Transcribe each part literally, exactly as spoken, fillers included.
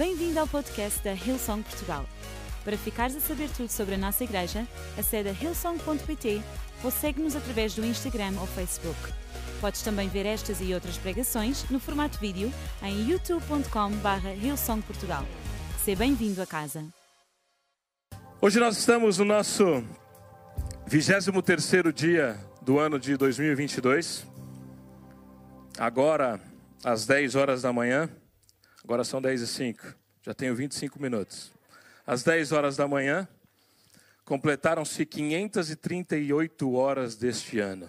Bem-vindo ao podcast da Hillsong Portugal. Para ficares a saber tudo sobre a nossa igreja, acede a hillsong ponto pt ou segue-nos através do Instagram ou Facebook. Podes também ver estas e outras pregações no formato vídeo em youtube ponto com barra hillsong portugal. Seja bem-vindo a casa. Hoje nós estamos no nosso vigésimo terceiro dia do ano de dois mil e vinte e dois. Agora, às dez horas da manhã. Agora são dez e cinco. Já tenho vinte e cinco minutos. Às dez horas da manhã, completaram-se quinhentas e trinta e oito horas deste ano.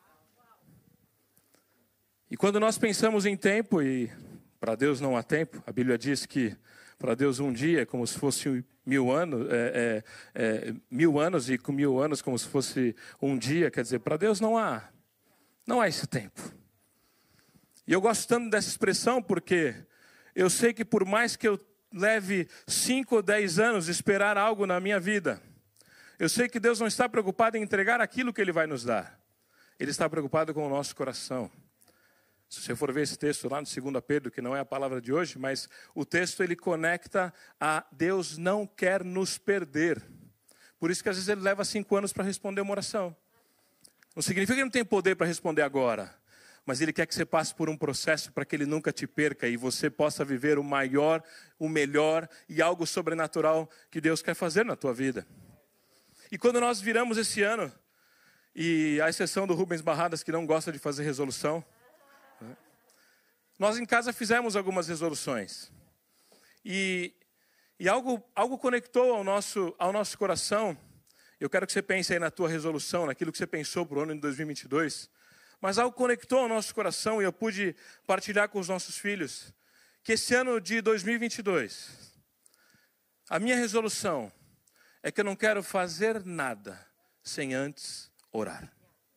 E quando nós pensamos em tempo, e para Deus não há tempo, a Bíblia diz que para Deus um dia é como se fosse mil anos, é, é, é, mil anos e com mil anos como se fosse um dia, quer dizer, para Deus não há, não há esse tempo. E eu gosto tanto dessa expressão porque eu sei que por mais que eu leve cinco ou dez anos esperar algo na minha vida, eu sei que Deus não está preocupado em entregar aquilo que Ele vai nos dar. Ele está preocupado com o nosso coração. Se você for ver esse texto lá no segundo Pedro, que não é a palavra de hoje, mas o texto ele conecta a Deus não quer nos perder. Por isso que às vezes ele leva cinco anos para responder uma oração. Não significa que ele não tem poder para responder agora, mas ele quer que você passe por um processo para que ele nunca te perca e você possa viver o maior, o melhor e algo sobrenatural que Deus quer fazer na tua vida. E quando nós viramos esse ano, e a exceção do Rubens Barradas que não gosta de fazer resolução, nós em casa fizemos algumas resoluções. E, e algo, algo conectou ao nosso, ao nosso coração. Eu quero que você pense aí na tua resolução, naquilo que você pensou para o ano de dois mil e vinte e dois. Mas algo conectou ao nosso coração e eu pude partilhar com os nossos filhos. Que esse ano de dois mil e vinte e dois, a minha resolução é que eu não quero fazer nada sem antes orar.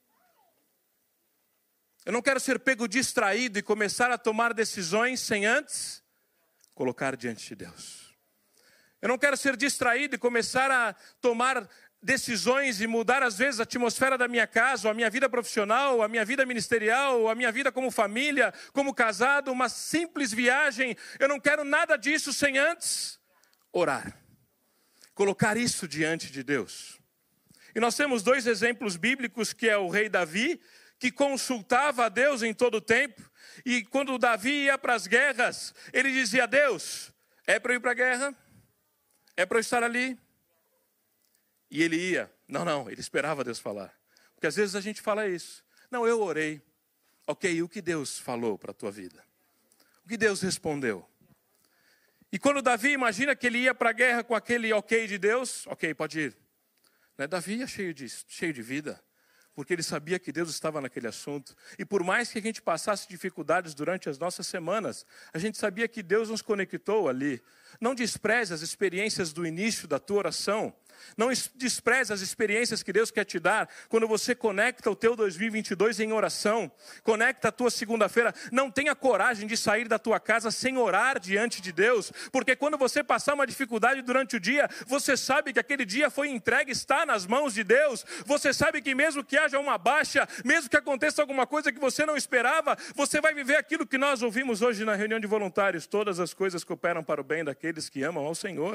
Eu não quero ser pego distraído e começar a tomar decisões sem antes colocar diante de Deus. Eu não quero ser distraído e começar a tomar decisões e mudar às vezes a atmosfera da minha casa, ou a minha vida profissional, ou a minha vida ministerial, ou a minha vida como família, como casado, uma simples viagem. Eu não quero nada disso sem antes orar. Colocar isso diante de Deus. E nós temos dois exemplos bíblicos, que é o rei Davi, que consultava a Deus em todo o tempo. E quando Davi ia para as guerras, ele dizia: Deus, é para eu ir para a guerra? É para eu estar ali? E ele ia. Não, não, ele esperava Deus falar. Porque às vezes a gente fala isso. Não, eu orei. Ok, e o que Deus falou para a tua vida? O que Deus respondeu? E quando Davi, imagina que ele ia para a guerra com aquele ok de Deus. Ok, pode ir. Né? Davi ia cheio de, cheio de vida. Porque ele sabia que Deus estava naquele assunto. E por mais que a gente passasse dificuldades durante as nossas semanas, a gente sabia que Deus nos conectou ali. Não despreze as experiências do início da tua oração. Não despreze as experiências que Deus quer te dar quando você conecta o teu dois mil e vinte e dois em oração. Conecta a tua segunda-feira. Não tenha coragem de sair da tua casa sem orar diante de Deus. Porque quando você passar uma dificuldade durante o dia, você sabe que aquele dia foi entregue, está nas mãos de Deus. Você sabe que mesmo que haja uma baixa, mesmo que aconteça alguma coisa que você não esperava, você vai viver aquilo que nós ouvimos hoje na reunião de voluntários. Todas as coisas cooperam para o bem daqueles que amam ao Senhor.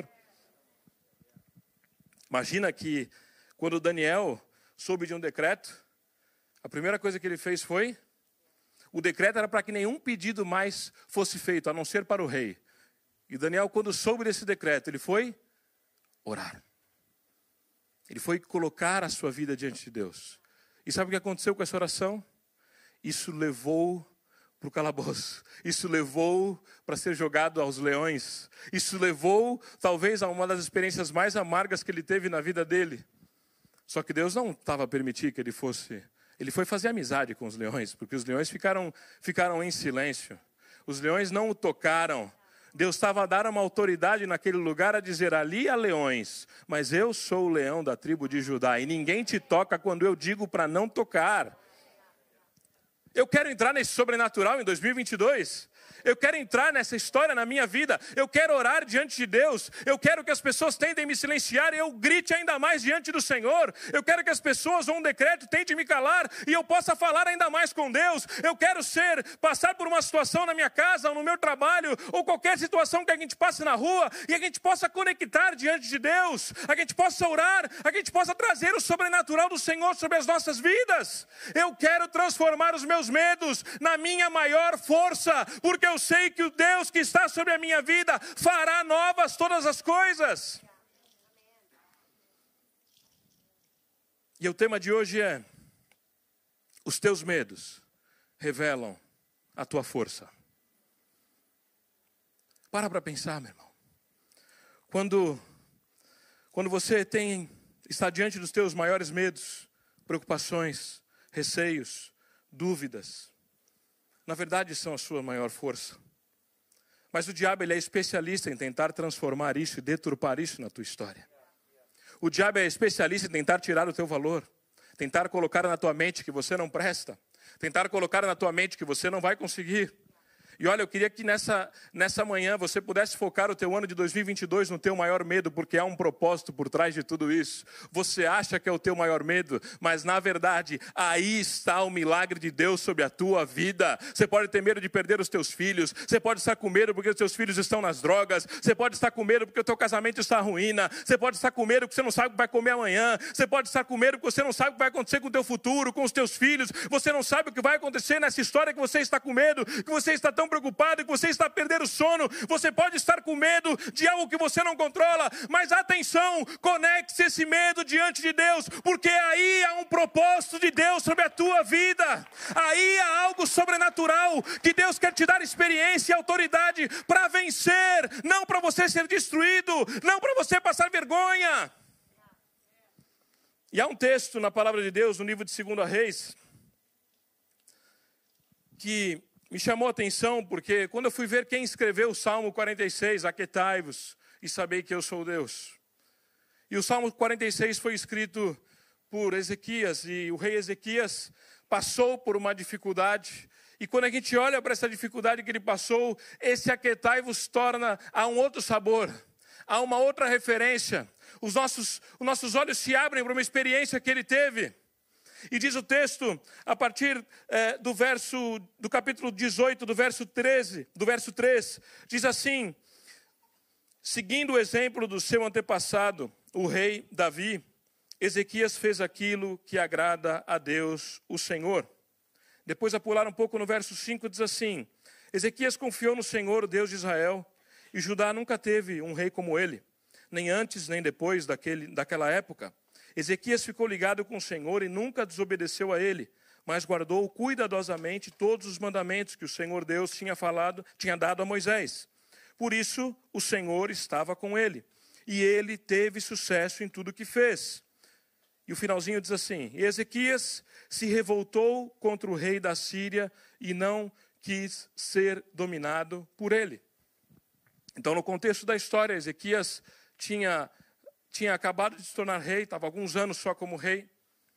Imagina que quando Daniel soube de um decreto, a primeira coisa que ele fez foi, o decreto era para que nenhum pedido mais fosse feito, a não ser para o rei. E Daniel, quando soube desse decreto, ele foi orar. Ele foi colocar a sua vida diante de Deus. E sabe o que aconteceu com essa oração? Isso levou para o calabouço. Isso levou para ser jogado aos leões. Isso levou, talvez, a uma das experiências mais amargas que ele teve na vida dele. Só que Deus não estava a permitir que ele fosse... Ele foi fazer amizade com os leões, porque os leões ficaram, ficaram em silêncio. Os leões não o tocaram. Deus estava a dar uma autoridade naquele lugar a dizer: ali há leões, mas eu sou o leão da tribo de Judá, e ninguém te toca quando eu digo para não tocar. Eu quero entrar nesse sobrenatural em dois mil e vinte e dois. Eu quero entrar nessa história na minha vida. Eu quero orar diante de Deus. Eu quero que as pessoas tentem me silenciar e eu grite ainda mais diante do Senhor. Eu quero que as pessoas ou um decreto tentem me calar e eu possa falar ainda mais com Deus. Eu quero ser, passar por uma situação na minha casa ou no meu trabalho ou qualquer situação que a gente passe na rua e a gente possa conectar diante de Deus. A gente possa orar, a gente possa trazer o sobrenatural do Senhor sobre as nossas vidas. Eu quero transformar os meus medos na minha maior força, porque eu sei que o Deus que está sobre a minha vida fará novas todas as coisas. E o tema de hoje é: os teus medos revelam a tua força. Para para pensar, meu irmão. Quando, quando você tem, está diante dos teus maiores medos, preocupações, receios, dúvidas, na verdade são a sua maior força. Mas o diabo, ele é especialista em tentar transformar isso e deturpar isso na tua história. O diabo é especialista em tentar tirar o teu valor, tentar colocar na tua mente que você não presta, tentar colocar na tua mente que você não vai conseguir. E olha, eu queria que nessa, nessa manhã você pudesse focar o teu ano de dois mil e vinte e dois no teu maior medo, porque há um propósito por trás de tudo isso. Você acha que é o teu maior medo, mas na verdade, aí está o milagre de Deus sobre a tua vida. Você pode ter medo de perder os teus filhos, você pode estar com medo porque os teus filhos estão nas drogas, você pode estar com medo porque o teu casamento está ruína, você pode estar com medo porque você não sabe o que vai comer amanhã, você pode estar com medo porque você não sabe o que vai acontecer com o teu futuro, com os teus filhos, você não sabe o que vai acontecer nessa história que você está com medo, que você está tão preocupado, que você está perdendo o sono, você pode estar com medo de algo que você não controla, mas atenção, conecte esse medo diante de Deus, porque aí há um propósito de Deus sobre a tua vida, aí há algo sobrenatural, que Deus quer te dar experiência e autoridade para vencer, não para você ser destruído, não para você passar vergonha. E há um texto na palavra de Deus, no livro de Segunda Reis, que me chamou a atenção, porque quando eu fui ver quem escreveu o Salmo quarenta e seis, aquietai-vos e sabei que eu sou Deus. E o Salmo quarenta e seis foi escrito por Ezequias, e o rei Ezequias passou por uma dificuldade. E quando a gente olha para essa dificuldade que ele passou, esse aquietai-vos torna a um outro sabor, a uma outra referência. Os nossos, os nossos olhos se abrem para uma experiência que ele teve. E diz o texto, a partir é, do verso, do capítulo dezoito, do verso treze, do verso três, diz assim: seguindo o exemplo do seu antepassado, o rei Davi, Ezequias fez aquilo que agrada a Deus, o Senhor. Depois, a pular um pouco no verso cinco, diz assim: Ezequias confiou no Senhor, o Deus de Israel, e Judá nunca teve um rei como ele, nem antes nem depois daquele, daquela época. Ezequias ficou ligado com o Senhor e nunca desobedeceu a ele, mas guardou cuidadosamente todos os mandamentos que o Senhor Deus tinha falado, tinha dado a Moisés. Por isso, o Senhor estava com ele, e ele teve sucesso em tudo que fez. E o finalzinho diz assim: e Ezequias se revoltou contra o rei da Síria e não quis ser dominado por ele. Então, no contexto da história, Ezequias tinha... tinha acabado de se tornar rei, estava há alguns anos só como rei,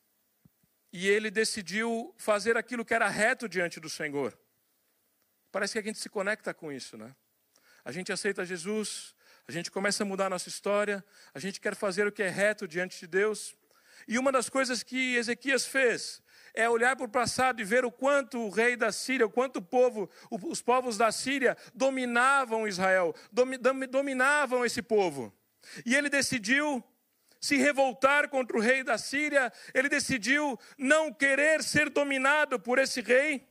e ele decidiu fazer aquilo que era reto diante do Senhor. Parece que a gente se conecta com isso, né? A gente aceita Jesus, a gente começa a mudar a nossa história, a gente quer fazer o que é reto diante de Deus. E uma das coisas que Ezequias fez é olhar para o passado e ver o quanto o rei da Síria, o quanto o povo, os povos da Síria dominavam Israel, dominavam esse povo. E ele decidiu se revoltar contra o rei da Síria, ele decidiu não querer ser dominado por esse rei,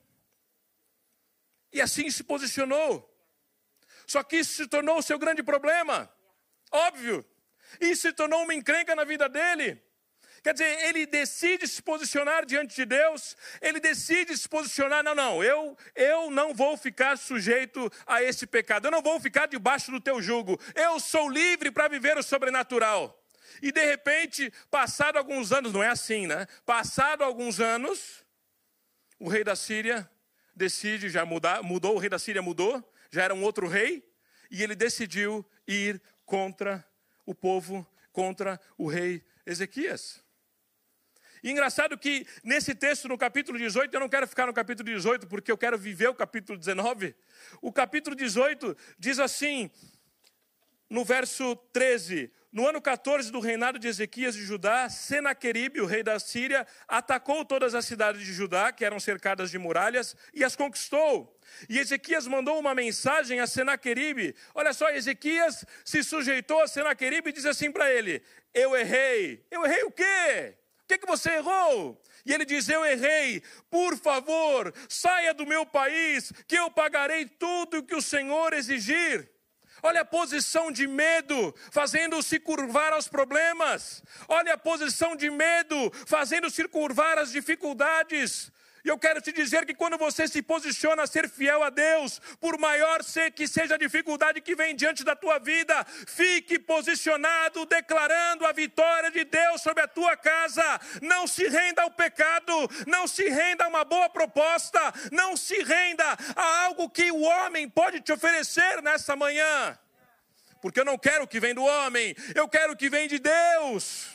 e assim se posicionou. Só que isso se tornou o seu grande problema, óbvio, isso se tornou uma encrenca na vida dele. Quer dizer, ele decide se posicionar diante de Deus, ele decide se posicionar, não, não, eu, eu não vou ficar sujeito a esse pecado, eu não vou ficar debaixo do teu jugo, eu sou livre para viver o sobrenatural. E de repente, passado alguns anos, não é assim, né? Passado alguns anos, o rei da Síria decide já mudar, mudou, o rei da Síria mudou, já era um outro rei, e ele decidiu ir contra o povo, contra o rei Ezequias. E engraçado que nesse texto, no capítulo dezoito, eu não quero ficar no capítulo dezoito, porque eu quero viver o capítulo dezenove. O capítulo dezoito diz assim, no verso treze, no ano quatorze do reinado de Ezequias de Judá, Senaqueribe, o rei da Síria, atacou todas as cidades de Judá, que eram cercadas de muralhas, e as conquistou. E Ezequias mandou uma mensagem a Senaqueribe. Olha só, Ezequias se sujeitou a Senaqueribe e diz assim para ele, eu errei. Eu errei o quê? O que, que você errou? E ele diz, eu errei, por favor, saia do meu país, que eu pagarei tudo o que o Senhor exigir. Olha a posição de medo, fazendo-se curvar aos problemas. Olha a posição de medo, fazendo-se curvar às dificuldades. E eu quero te dizer que quando você se posiciona a ser fiel a Deus, por maior que seja a dificuldade que vem diante da tua vida, fique posicionado, declarando a vitória de Deus sobre a tua casa. Não se renda ao pecado, não se renda a uma boa proposta, não se renda a algo que o homem pode te oferecer nessa manhã. Porque eu não quero o que vem do homem, eu quero o que vem de Deus.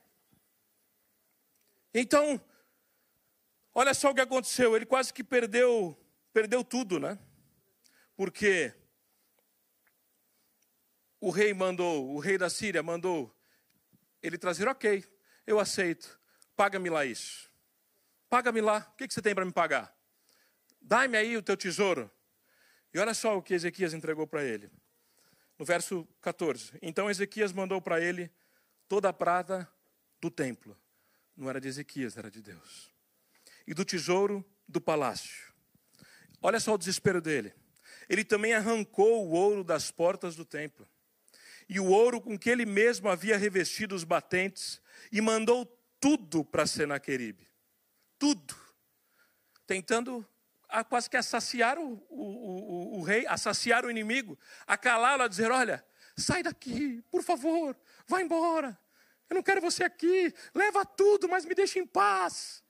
Então, olha só o que aconteceu, ele quase que perdeu, perdeu tudo, né? Porque o rei mandou, o rei da Síria mandou ele trazer, ok, eu aceito, paga-me lá isso. Paga-me lá, o que que você tem para me pagar? Dá-me aí o teu tesouro. E olha só o que Ezequias entregou para ele. No verso quatorze, então Ezequias mandou para ele toda a prata do templo. Não era de Ezequias, era de Deus. E do tesouro do palácio. Olha só o desespero dele. Ele também arrancou o ouro das portas do templo. E o ouro com que ele mesmo havia revestido os batentes. E mandou tudo para Senaqueribe. Tudo. Tentando a, quase que a saciar o, o, o, o rei, a saciar o inimigo. A calá-lo, a dizer, olha, sai daqui, por favor, vai embora. Eu não quero você aqui. Leva tudo, mas me deixa em paz.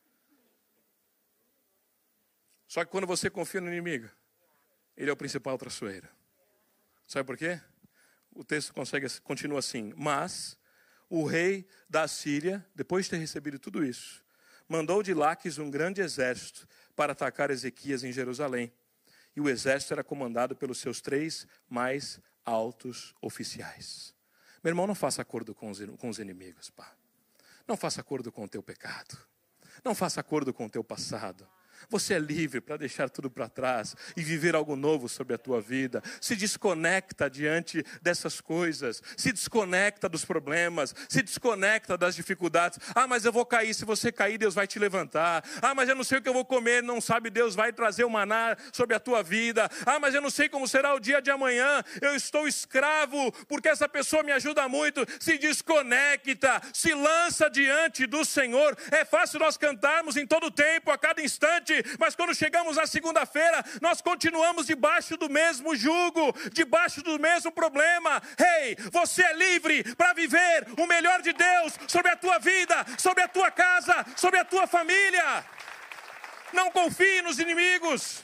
Só que quando você confia no inimigo, ele é o principal traiçoeiro. Sabe por quê? O texto consegue, continua assim. Mas o rei da Síria, depois de ter recebido tudo isso, mandou de Laques um grande exército para atacar Ezequias em Jerusalém. E o exército era comandado pelos seus três mais altos oficiais. Meu irmão, não faça acordo com os, com os inimigos, pá. Não faça acordo com o teu pecado. Não faça acordo com o teu passado. Você é livre para deixar tudo para trás e viver algo novo sobre a tua vida. Se desconecta diante dessas coisas. Se desconecta dos problemas. Se desconecta das dificuldades. Ah, mas eu vou cair. Se você cair, Deus vai te levantar. Ah, mas eu não sei o que eu vou comer. Não sabe, Deus vai trazer o maná sobre a tua vida. Ah, mas eu não sei como será o dia de amanhã. Eu estou escravo porque essa pessoa me ajuda muito. Se desconecta. Se lança diante do Senhor. É fácil nós cantarmos em todo tempo, a cada instante. Mas quando chegamos na segunda-feira, nós continuamos debaixo do mesmo jugo, debaixo do mesmo problema. Ei, você é livre para viver o melhor de Deus sobre a tua vida, sobre a tua casa, sobre a tua família. Não confie nos inimigos.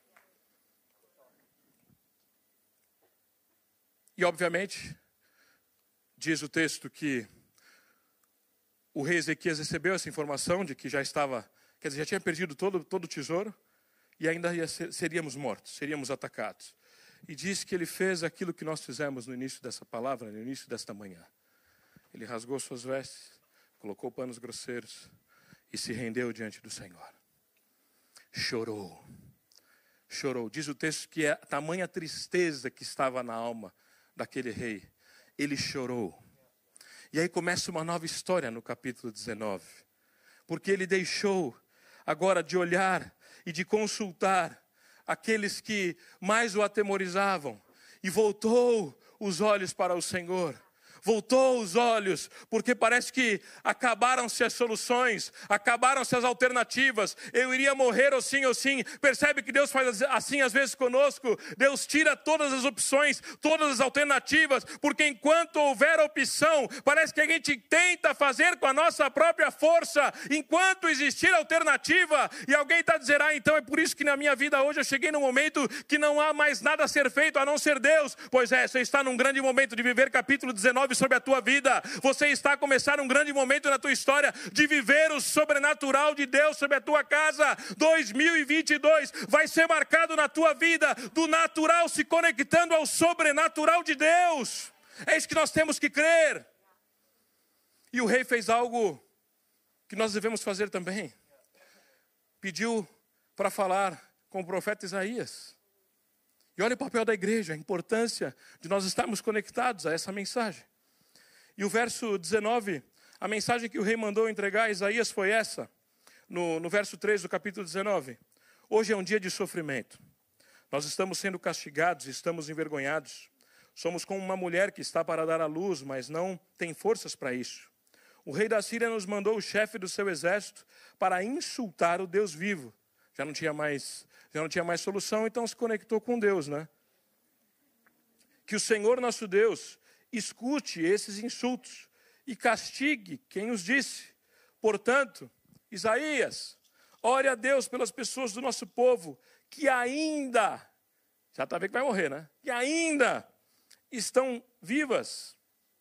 E obviamente, diz o texto que o rei Ezequias recebeu essa informação de que já estava... Quer dizer, já tinha perdido todo, todo o tesouro e ainda ia ser, seríamos mortos, seríamos atacados. E diz que ele fez aquilo que nós fizemos no início dessa palavra, no início desta manhã. Ele rasgou suas vestes, colocou panos grosseiros e se rendeu diante do Senhor. Chorou. Chorou. Diz o texto que é a tamanha tristeza que estava na alma daquele rei. Ele chorou. E aí começa uma nova história no capítulo dezenove. Porque ele deixou agora de olhar e de consultar aqueles que mais o atemorizavam e voltou os olhos para o Senhor. Voltou os olhos, porque parece que acabaram-se as soluções, acabaram-se as alternativas. Eu iria morrer ou sim ou sim. Percebe que Deus faz assim às vezes conosco? Deus tira todas as opções, todas as alternativas, porque enquanto houver opção, parece que a gente tenta fazer com a nossa própria força. Enquanto existir alternativa, e alguém está dizendo, ah, então é por isso que na minha vida hoje eu cheguei num momento que não há mais nada a ser feito a não ser Deus. Pois é, você está num grande momento de viver capítulo dezenove renove sobre a tua vida. Você está a começar um grande momento na tua história de viver o sobrenatural de Deus sobre a tua casa. dois mil e vinte e dois vai ser marcado na tua vida do natural se conectando ao sobrenatural de Deus. É isso que nós temos que crer. E o rei fez algo que nós devemos fazer também. Pediu para falar com o profeta Isaías. E olha o papel da igreja, a importância de nós estarmos conectados a essa mensagem. E o verso dezenove, a mensagem que o rei mandou entregar a Isaías foi essa. No, no verso três do capítulo dezenove. Hoje é um dia de sofrimento. Nós estamos sendo castigados, estamos envergonhados. Somos como uma mulher que está para dar à luz, mas não tem forças para isso. O rei da Síria nos mandou o chefe do seu exército para insultar o Deus vivo. Já não tinha mais, já não tinha mais solução, então se conectou com Deus, né? Que o Senhor nosso Deus escute esses insultos e castigue quem os disse. Portanto, Isaías, ore a Deus pelas pessoas do nosso povo que ainda, já está vendo que vai morrer, né? Que ainda estão vivas.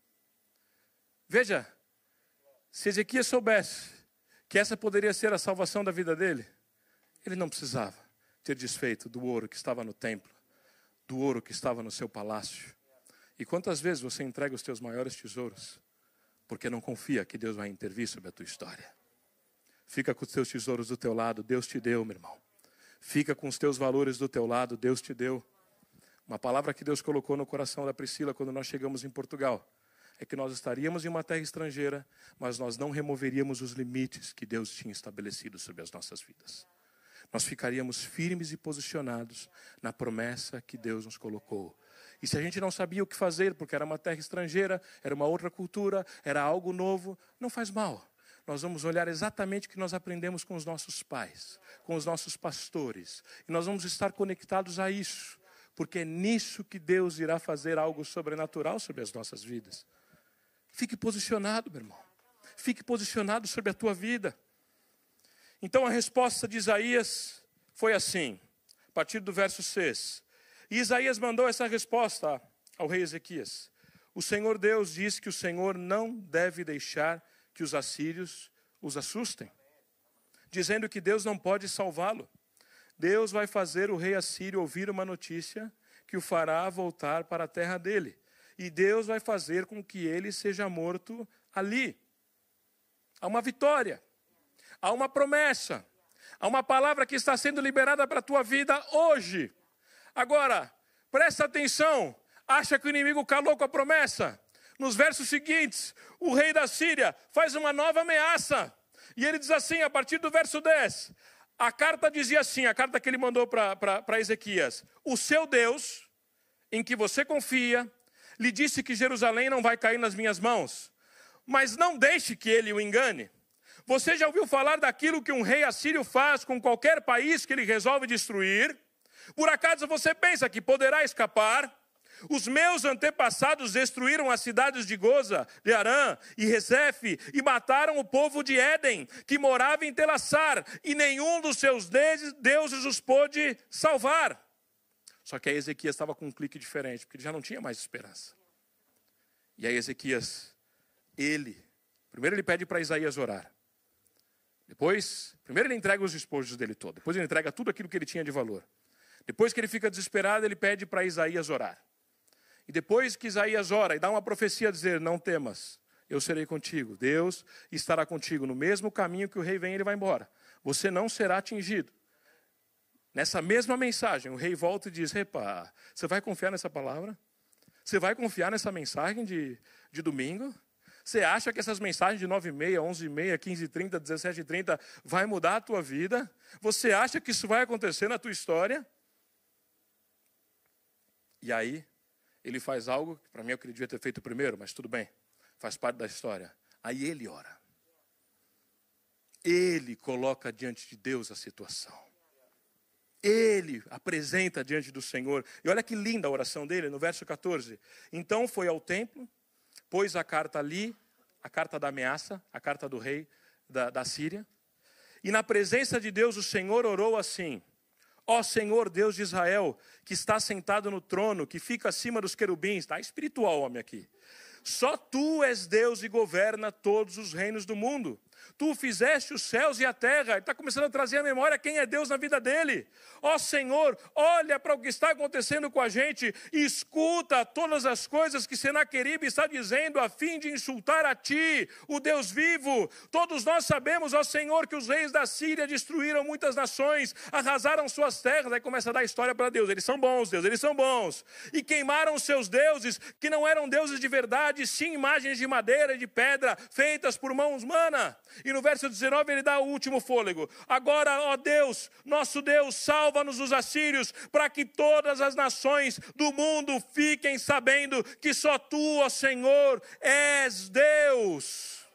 Veja, se Ezequias soubesse que essa poderia ser a salvação da vida dele, ele não precisava ter desfeito do ouro que estava no templo, do ouro que estava no seu palácio. E quantas vezes você entrega os teus maiores tesouros, porque não confia que Deus vai intervir sobre a tua história? Fica com os teus tesouros do teu lado, Deus te deu, meu irmão. Fica com os teus valores do teu lado, Deus te deu. Uma palavra que Deus colocou no coração da Priscila quando nós chegamos em Portugal é que nós estaríamos em uma terra estrangeira, mas nós não removeríamos os limites que Deus tinha estabelecido sobre as nossas vidas. Nós ficaríamos firmes e posicionados na promessa que Deus nos colocou. E se a gente não sabia o que fazer, porque era uma terra estrangeira, era uma outra cultura, era algo novo, não faz mal. Nós vamos olhar exatamente o que nós aprendemos com os nossos pais, com os nossos pastores. E nós vamos estar conectados a isso, porque é nisso que Deus irá fazer algo sobrenatural sobre as nossas vidas. Fique posicionado, meu irmão. Fique posicionado sobre a tua vida. Então a resposta de Isaías foi assim, a partir do verso seis. E Isaías mandou essa resposta ao rei Ezequias. O Senhor Deus diz que o Senhor não deve deixar que os assírios os assustem, dizendo que Deus não pode salvá-lo. Deus vai fazer o rei assírio ouvir uma notícia que o fará voltar para a terra dele. E Deus vai fazer com que ele seja morto ali. Há uma vitória. Há uma promessa. Há uma palavra que está sendo liberada para a tua vida hoje. Agora, presta atenção. Acha que o inimigo calou com a promessa? Nos versos seguintes, o rei da Síria faz uma nova ameaça. E ele diz assim, a partir do verso dez. A carta dizia assim, a carta que ele mandou para Ezequias. O seu Deus, em que você confia, lhe disse que Jerusalém não vai cair nas minhas mãos. Mas não deixe que ele o engane. Você já ouviu falar daquilo que um rei assírio faz com qualquer país que ele resolve destruir? Por acaso você pensa que poderá escapar? Os meus antepassados destruíram as cidades de Goza, de Arã e Rezefe e mataram o povo de Éden, que morava em Telassar, e nenhum dos seus deuses os pôde salvar. Só que aí Ezequias estava com um clique diferente, porque ele já não tinha mais esperança. E aí Ezequias, ele, primeiro ele pede para Isaías orar. Depois, primeiro ele entrega os despojos dele todo. Depois ele entrega tudo aquilo que ele tinha de valor. Depois que ele fica desesperado, ele pede para Isaías orar. E depois que Isaías ora e dá uma profecia a dizer, não temas, eu serei contigo. Deus estará contigo no mesmo caminho que o rei vem, ele vai embora. Você não será atingido. Nessa mesma mensagem, o rei volta e diz, repa, você vai confiar nessa palavra? Você vai confiar nessa mensagem de, de domingo? Você acha que essas mensagens de nove e meia, onze e meia, quinze e trinta, dezessete e trinta vai mudar a tua vida? Você acha que isso vai acontecer na tua história? E aí, ele faz algo que para mim eu queria devia ter feito primeiro, mas tudo bem, faz parte da história. Aí ele ora. Ele coloca diante de Deus a situação. Ele apresenta diante do Senhor. E olha que linda a oração dele, no verso catorze. Então foi ao templo, pôs a carta ali, a carta da ameaça, a carta do rei da, da Síria. E na presença de Deus o Senhor orou assim. Ó Senhor Deus de Israel, que está sentado no trono, que fica acima dos querubins. Está espiritual, homem, aqui. só tu és Deus e governa todos os reinos do mundo. Tu fizeste os céus e a terra. Ele está começando a trazer à memória quem é Deus na vida dele. Ó Senhor, olha para o que está acontecendo com a gente. E escuta todas as coisas que Senaqueribe está dizendo a fim de insultar a ti, o Deus vivo. Todos nós sabemos, ó Senhor, que os reis da Síria destruíram muitas nações, arrasaram suas terras. Aí começa a dar história para Deus. Eles são bons, Deus, eles são bons. E queimaram os seus deuses, que não eram deuses de verdade, sim imagens de madeira e de pedra, feitas por mãos humanas. E no verso dezenove ele dá o último fôlego. Agora, ó Deus, nosso Deus, salva-nos dos assírios, para que todas as nações do mundo fiquem sabendo que só tu, ó Senhor, és Deus.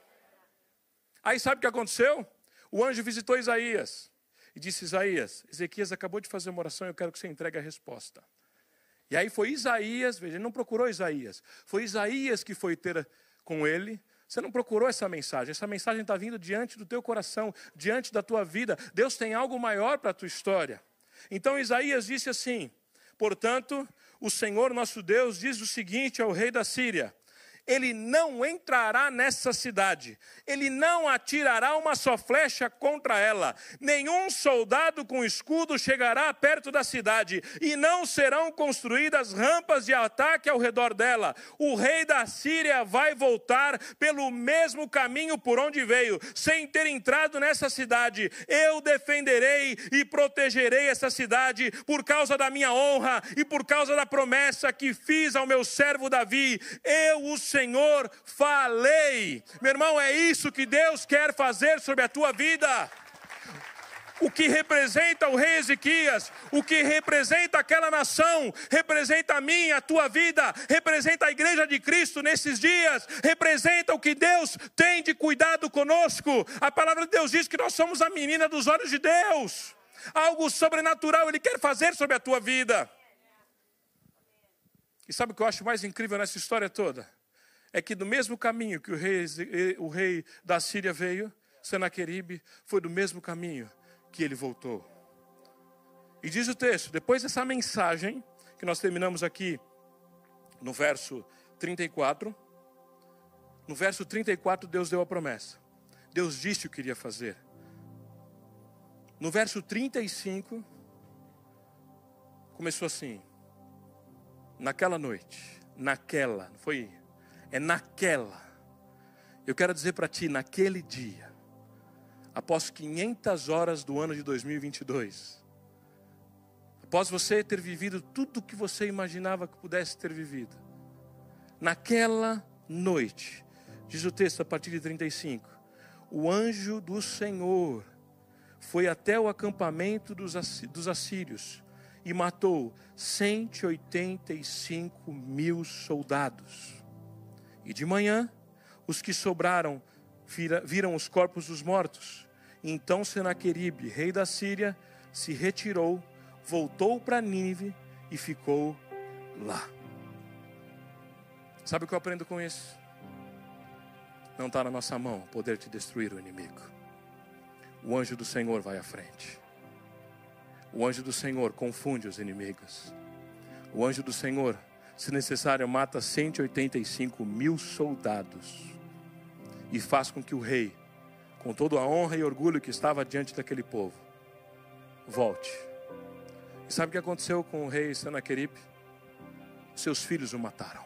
Aí sabe o que aconteceu? O anjo visitou Isaías e disse: Isaías, Ezequias acabou de fazer uma oração e eu quero que você entregue a resposta. E aí foi Isaías, veja, ele não procurou Isaías, foi Isaías que foi ter com ele. Você não procurou essa mensagem, essa mensagem está vindo diante do teu coração, diante da tua vida. Deus tem algo maior para a tua história. Então Isaías disse assim: portanto, o Senhor nosso Deus diz o seguinte ao rei da Síria: ele não entrará nessa cidade, ele não atirará uma só flecha contra ela, nenhum soldado com escudo chegará perto da cidade, e não serão construídas rampas de ataque ao redor dela. O rei da Síria vai voltar pelo mesmo caminho por onde veio, sem ter entrado nessa cidade. Eu defenderei e protegerei essa cidade por causa da minha honra e por causa da promessa que fiz ao meu servo Davi. Eu, o Senhor, Senhor, falei. Meu irmão, é isso que Deus quer fazer sobre a tua vida. O que representa o rei Ezequias, o que representa aquela nação, representa a minha, a tua vida, representa a igreja de Cristo nesses dias, representa o que Deus tem de cuidado conosco. A palavra de Deus diz que nós somos a menina dos olhos de Deus. Algo sobrenatural Ele quer fazer sobre a tua vida. E sabe o que eu acho mais incrível nessa história toda? É que do mesmo caminho que o rei, o rei da Síria veio, Senaqueribe, foi do mesmo caminho que ele voltou. E diz o texto, depois dessa mensagem, que nós terminamos aqui no verso trinta e quatro, no verso trinta e quatro Deus deu a promessa. Deus disse o que iria fazer. No verso trinta e cinco, começou assim: naquela noite, naquela, não foi... É naquela, eu quero dizer para ti, naquele dia, após quinhentas horas do ano de dois mil e vinte e dois, após você ter vivido tudo o que você imaginava que pudesse ter vivido, naquela noite, diz o texto a partir de trinta e cinco, o anjo do Senhor foi até o acampamento dos assírios e matou cento e oitenta e cinco mil soldados. E de manhã, os que sobraram viram os corpos dos mortos. Então Senaqueribe, rei da Síria, se retirou, voltou para Nínive e ficou lá. Sabe o que eu aprendo com isso? Não está na nossa mão poder te destruir o inimigo. O anjo do Senhor vai à frente. O anjo do Senhor confunde os inimigos. O anjo do Senhor, se necessário, mata cento e oitenta e cinco mil soldados e faz com que o rei, com toda a honra e orgulho que estava diante daquele povo, volte. E sabe o que aconteceu com o rei Senaqueribe? Seus filhos o mataram.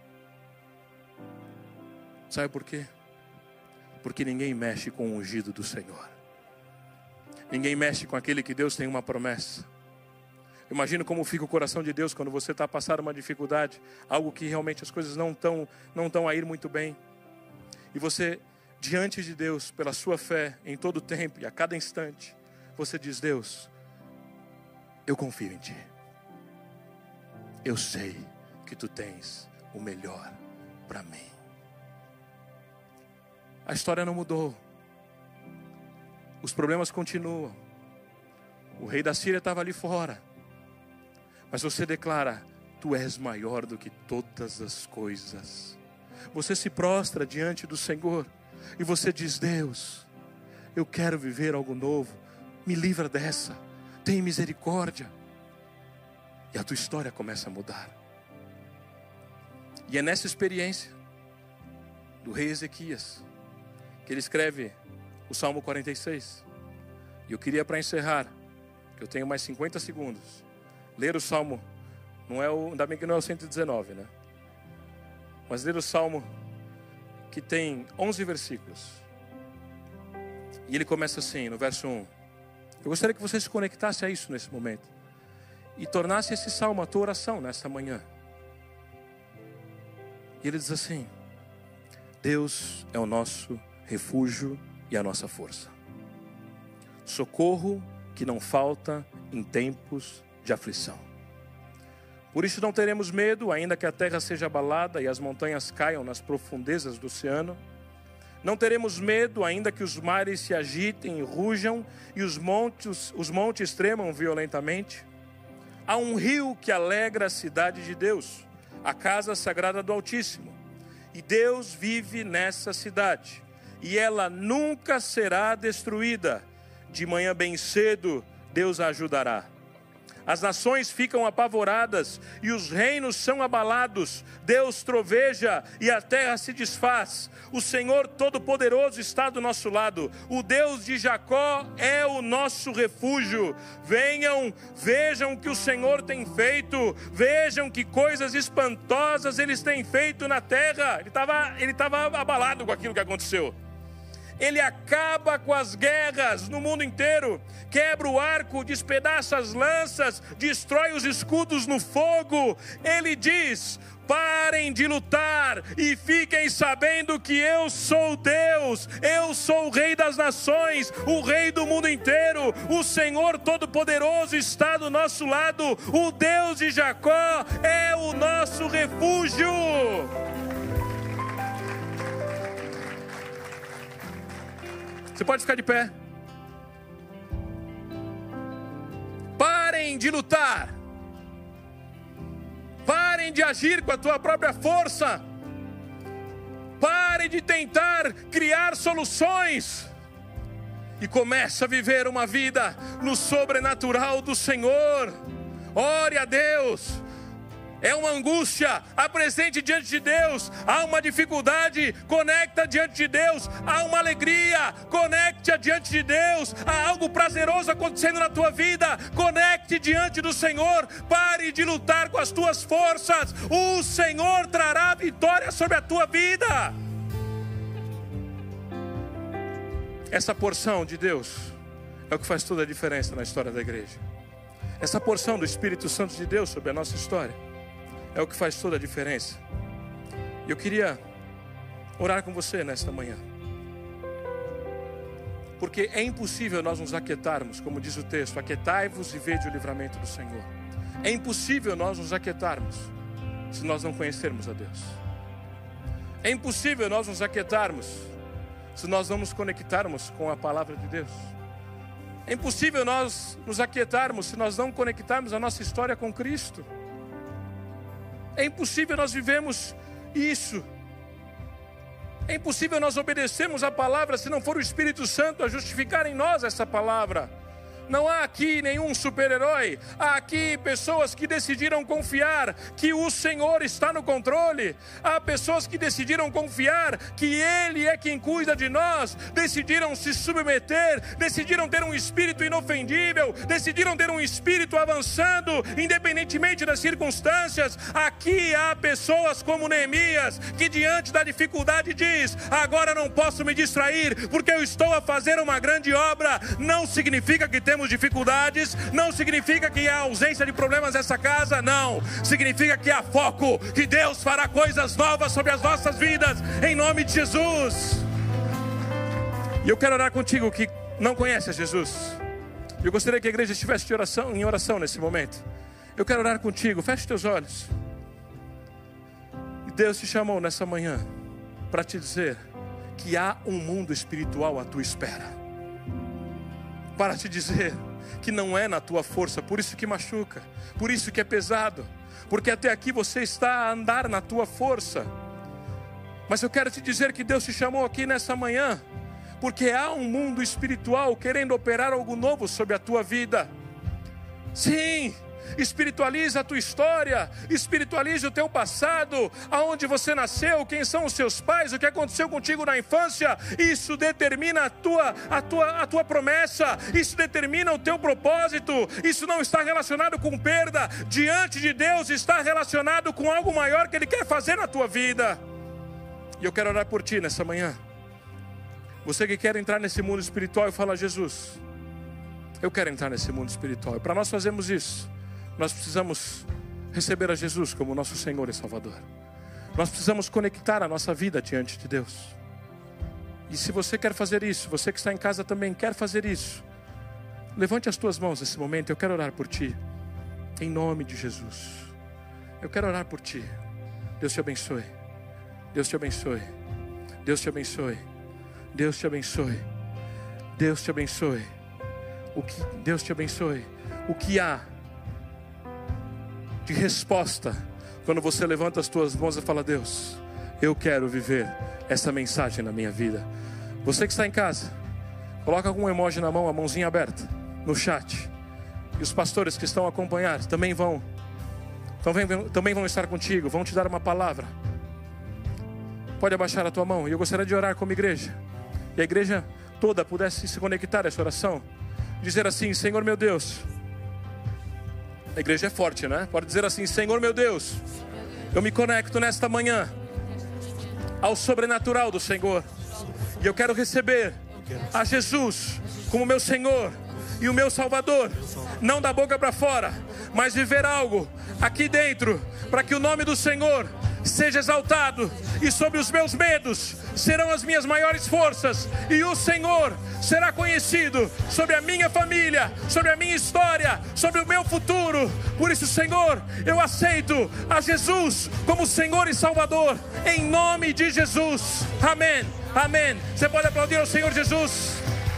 Sabe por quê? Porque ninguém mexe com o ungido do Senhor. Ninguém mexe com aquele que Deus tem uma promessa. Imagina como fica o coração de Deus quando você está passando uma dificuldade, algo que realmente as coisas não estão não estão a ir muito bem. E você, diante de Deus, pela sua fé, em todo o tempo e a cada instante, você diz: Deus, eu confio em Ti. Eu sei que Tu tens o melhor para mim. A história não mudou. Os problemas continuam. O rei da Síria estava ali fora. Mas você declara: Tu és maior do que todas as coisas. Você se prostra diante do Senhor e você diz: Deus, eu quero viver algo novo. Me livra dessa. Tem misericórdia. E a tua história começa a mudar. E é nessa experiência do rei Ezequias, que ele escreve o Salmo quarenta e seis. E eu queria, para encerrar, que eu tenho mais cinquenta segundos, ler o Salmo, não é o, ainda bem que não é o cento e dezenove, né? Mas ler o Salmo que tem onze versículos. E ele começa assim, no verso um. Eu gostaria que você se conectasse a isso nesse momento e tornasse esse salmo a tua oração nessa manhã. E ele diz assim: Deus é o nosso refúgio e a nossa força, socorro que não falta em tempos de aflição. Por isso não teremos medo, ainda que a terra seja abalada e as montanhas caiam nas profundezas do oceano. Não teremos medo, ainda que os mares se agitem e rujam e os montes, os montes tremam violentamente. Há um rio que alegra a cidade de Deus, a casa sagrada do Altíssimo. E Deus vive nessa cidade, e ela nunca será destruída. De manhã bem cedo, Deus a ajudará. As nações ficam apavoradas e os reinos são abalados. Deus troveja e a terra se desfaz. O Senhor Todo-Poderoso está do nosso lado. O Deus de Jacó é o nosso refúgio. Venham, vejam o que o Senhor tem feito. Vejam que coisas espantosas Ele tem feito na terra. Ele estava ele estava abalado com aquilo que aconteceu. Ele acaba com as guerras no mundo inteiro, quebra o arco, despedaça as lanças, destrói os escudos no fogo. Ele diz: parem de lutar e fiquem sabendo que eu sou Deus, eu sou o Rei das nações, o Rei do mundo inteiro. O Senhor Todo-Poderoso está do nosso lado, o Deus de Jacó é o nosso refúgio. Você pode ficar de pé. Parem de lutar. Parem de agir com a tua própria força. Parem de tentar criar soluções. E comece a viver uma vida no sobrenatural do Senhor. Ore a Deus. É uma angústia, apresente diante de Deus. Há uma dificuldade, conecta diante de Deus. Há uma alegria, conecte-a diante de Deus. Há algo prazeroso acontecendo na tua vida, conecte diante do Senhor. Pare de lutar com as tuas forças. O Senhor trará vitória sobre a tua vida. Essa porção de Deus é o que faz toda a diferença na história da igreja. Essa porção do Espírito Santo de Deus sobre a nossa história é o que faz toda a diferença. Eu queria orar com você nesta manhã, porque é impossível nós nos aquietarmos, como diz o texto: aquietai-vos e vede o livramento do Senhor. É impossível nós nos aquietarmos se nós não conhecermos a Deus. É impossível nós nos aquietarmos se nós não nos conectarmos com a palavra de Deus. É impossível nós nos aquietarmos se nós não conectarmos a nossa história com Cristo. É impossível nós vivemos isso. É impossível nós obedecermos a palavra se não for o Espírito Santo a justificar em nós essa palavra. Não há aqui nenhum super-herói. Há aqui pessoas que decidiram confiar que o Senhor está no controle. Há pessoas que decidiram confiar que Ele é quem cuida de nós. Decidiram se submeter. Decidiram ter um espírito inofendível. Decidiram ter um espírito avançando, independentemente das circunstâncias. Aqui há pessoas como Neemias, que diante da dificuldade diz: agora não posso me distrair, porque eu estou a fazer uma grande obra. Não significa que temos dificuldades, não significa que há ausência de problemas nessa casa, não. Significa que há foco, que Deus fará coisas novas sobre as nossas vidas, em nome de Jesus. E eu quero orar contigo que não conhece a Jesus. Eu gostaria que a igreja estivesse de oração, em oração nesse momento. Eu quero orar contigo, feche teus olhos. E Deus te chamou nessa manhã para te dizer que há um mundo espiritual à tua espera, para te dizer que não é na tua força, por isso que machuca, por isso que é pesado, porque até aqui você está a andar na tua força. Mas eu quero te dizer que Deus te chamou aqui nessa manhã, porque há um mundo espiritual querendo operar algo novo sobre a tua vida. Sim, espiritualize a tua história, espiritualize o teu passado, aonde você nasceu, quem são os seus pais, o que aconteceu contigo na infância. Isso determina a tua, a tua, a tua promessa, isso determina o teu propósito. Isso não está relacionado com perda, diante de Deus está relacionado com algo maior que Ele quer fazer na tua vida. E eu quero orar por ti nessa manhã. Você que quer entrar nesse mundo espiritual e fala: Jesus, eu quero entrar nesse mundo espiritual. E para nós fazermos isso, nós precisamos receber a Jesus como nosso Senhor e Salvador. Nós precisamos conectar a nossa vida diante de Deus. E se você quer fazer isso, você que está em casa também quer fazer isso, levante as tuas mãos nesse momento. Eu quero orar por ti, em nome de Jesus. Eu quero orar por ti. Deus te abençoe. Deus te abençoe. Deus te abençoe. Deus te abençoe. Deus te abençoe. O que Deus te abençoe. O que há de resposta quando você levanta as tuas mãos e fala: Deus, eu quero viver essa mensagem na minha vida. Você que está em casa, coloca algum emoji na mão, a mãozinha aberta no chat. E os pastores que estão a acompanhar também vão, também, também vão estar contigo, vão te dar uma palavra. Pode abaixar a tua mão. E eu gostaria de orar como igreja, e a igreja toda pudesse se conectar a essa oração. Dizer assim: Senhor meu Deus. A igreja é forte, né? Pode dizer assim: Senhor meu Deus, eu me conecto nesta manhã ao sobrenatural do Senhor, e eu quero receber a Jesus como meu Senhor e o meu Salvador. Não da boca para fora, mas viver algo aqui dentro, para que o nome do Senhor seja exaltado, e sobre os meus medos serão as minhas maiores forças, e o Senhor será conhecido sobre a minha família, sobre a minha história, sobre o meu futuro. Por isso, Senhor, eu aceito a Jesus como Senhor e Salvador, em nome de Jesus. Amém, amém. Você pode aplaudir ao Senhor Jesus.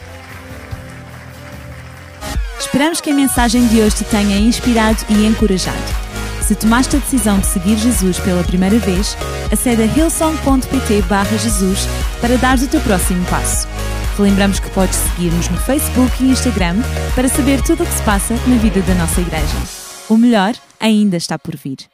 Esperamos que a mensagem de hoje te tenha inspirado e encorajado. Se tomaste a decisão de seguir Jesus pela primeira vez, acede a hillsong ponto pt barra Jesus para dar o teu próximo passo. Te lembramos que podes seguir-nos no Facebook e Instagram para saber tudo o que se passa na vida da nossa igreja. O melhor ainda está por vir.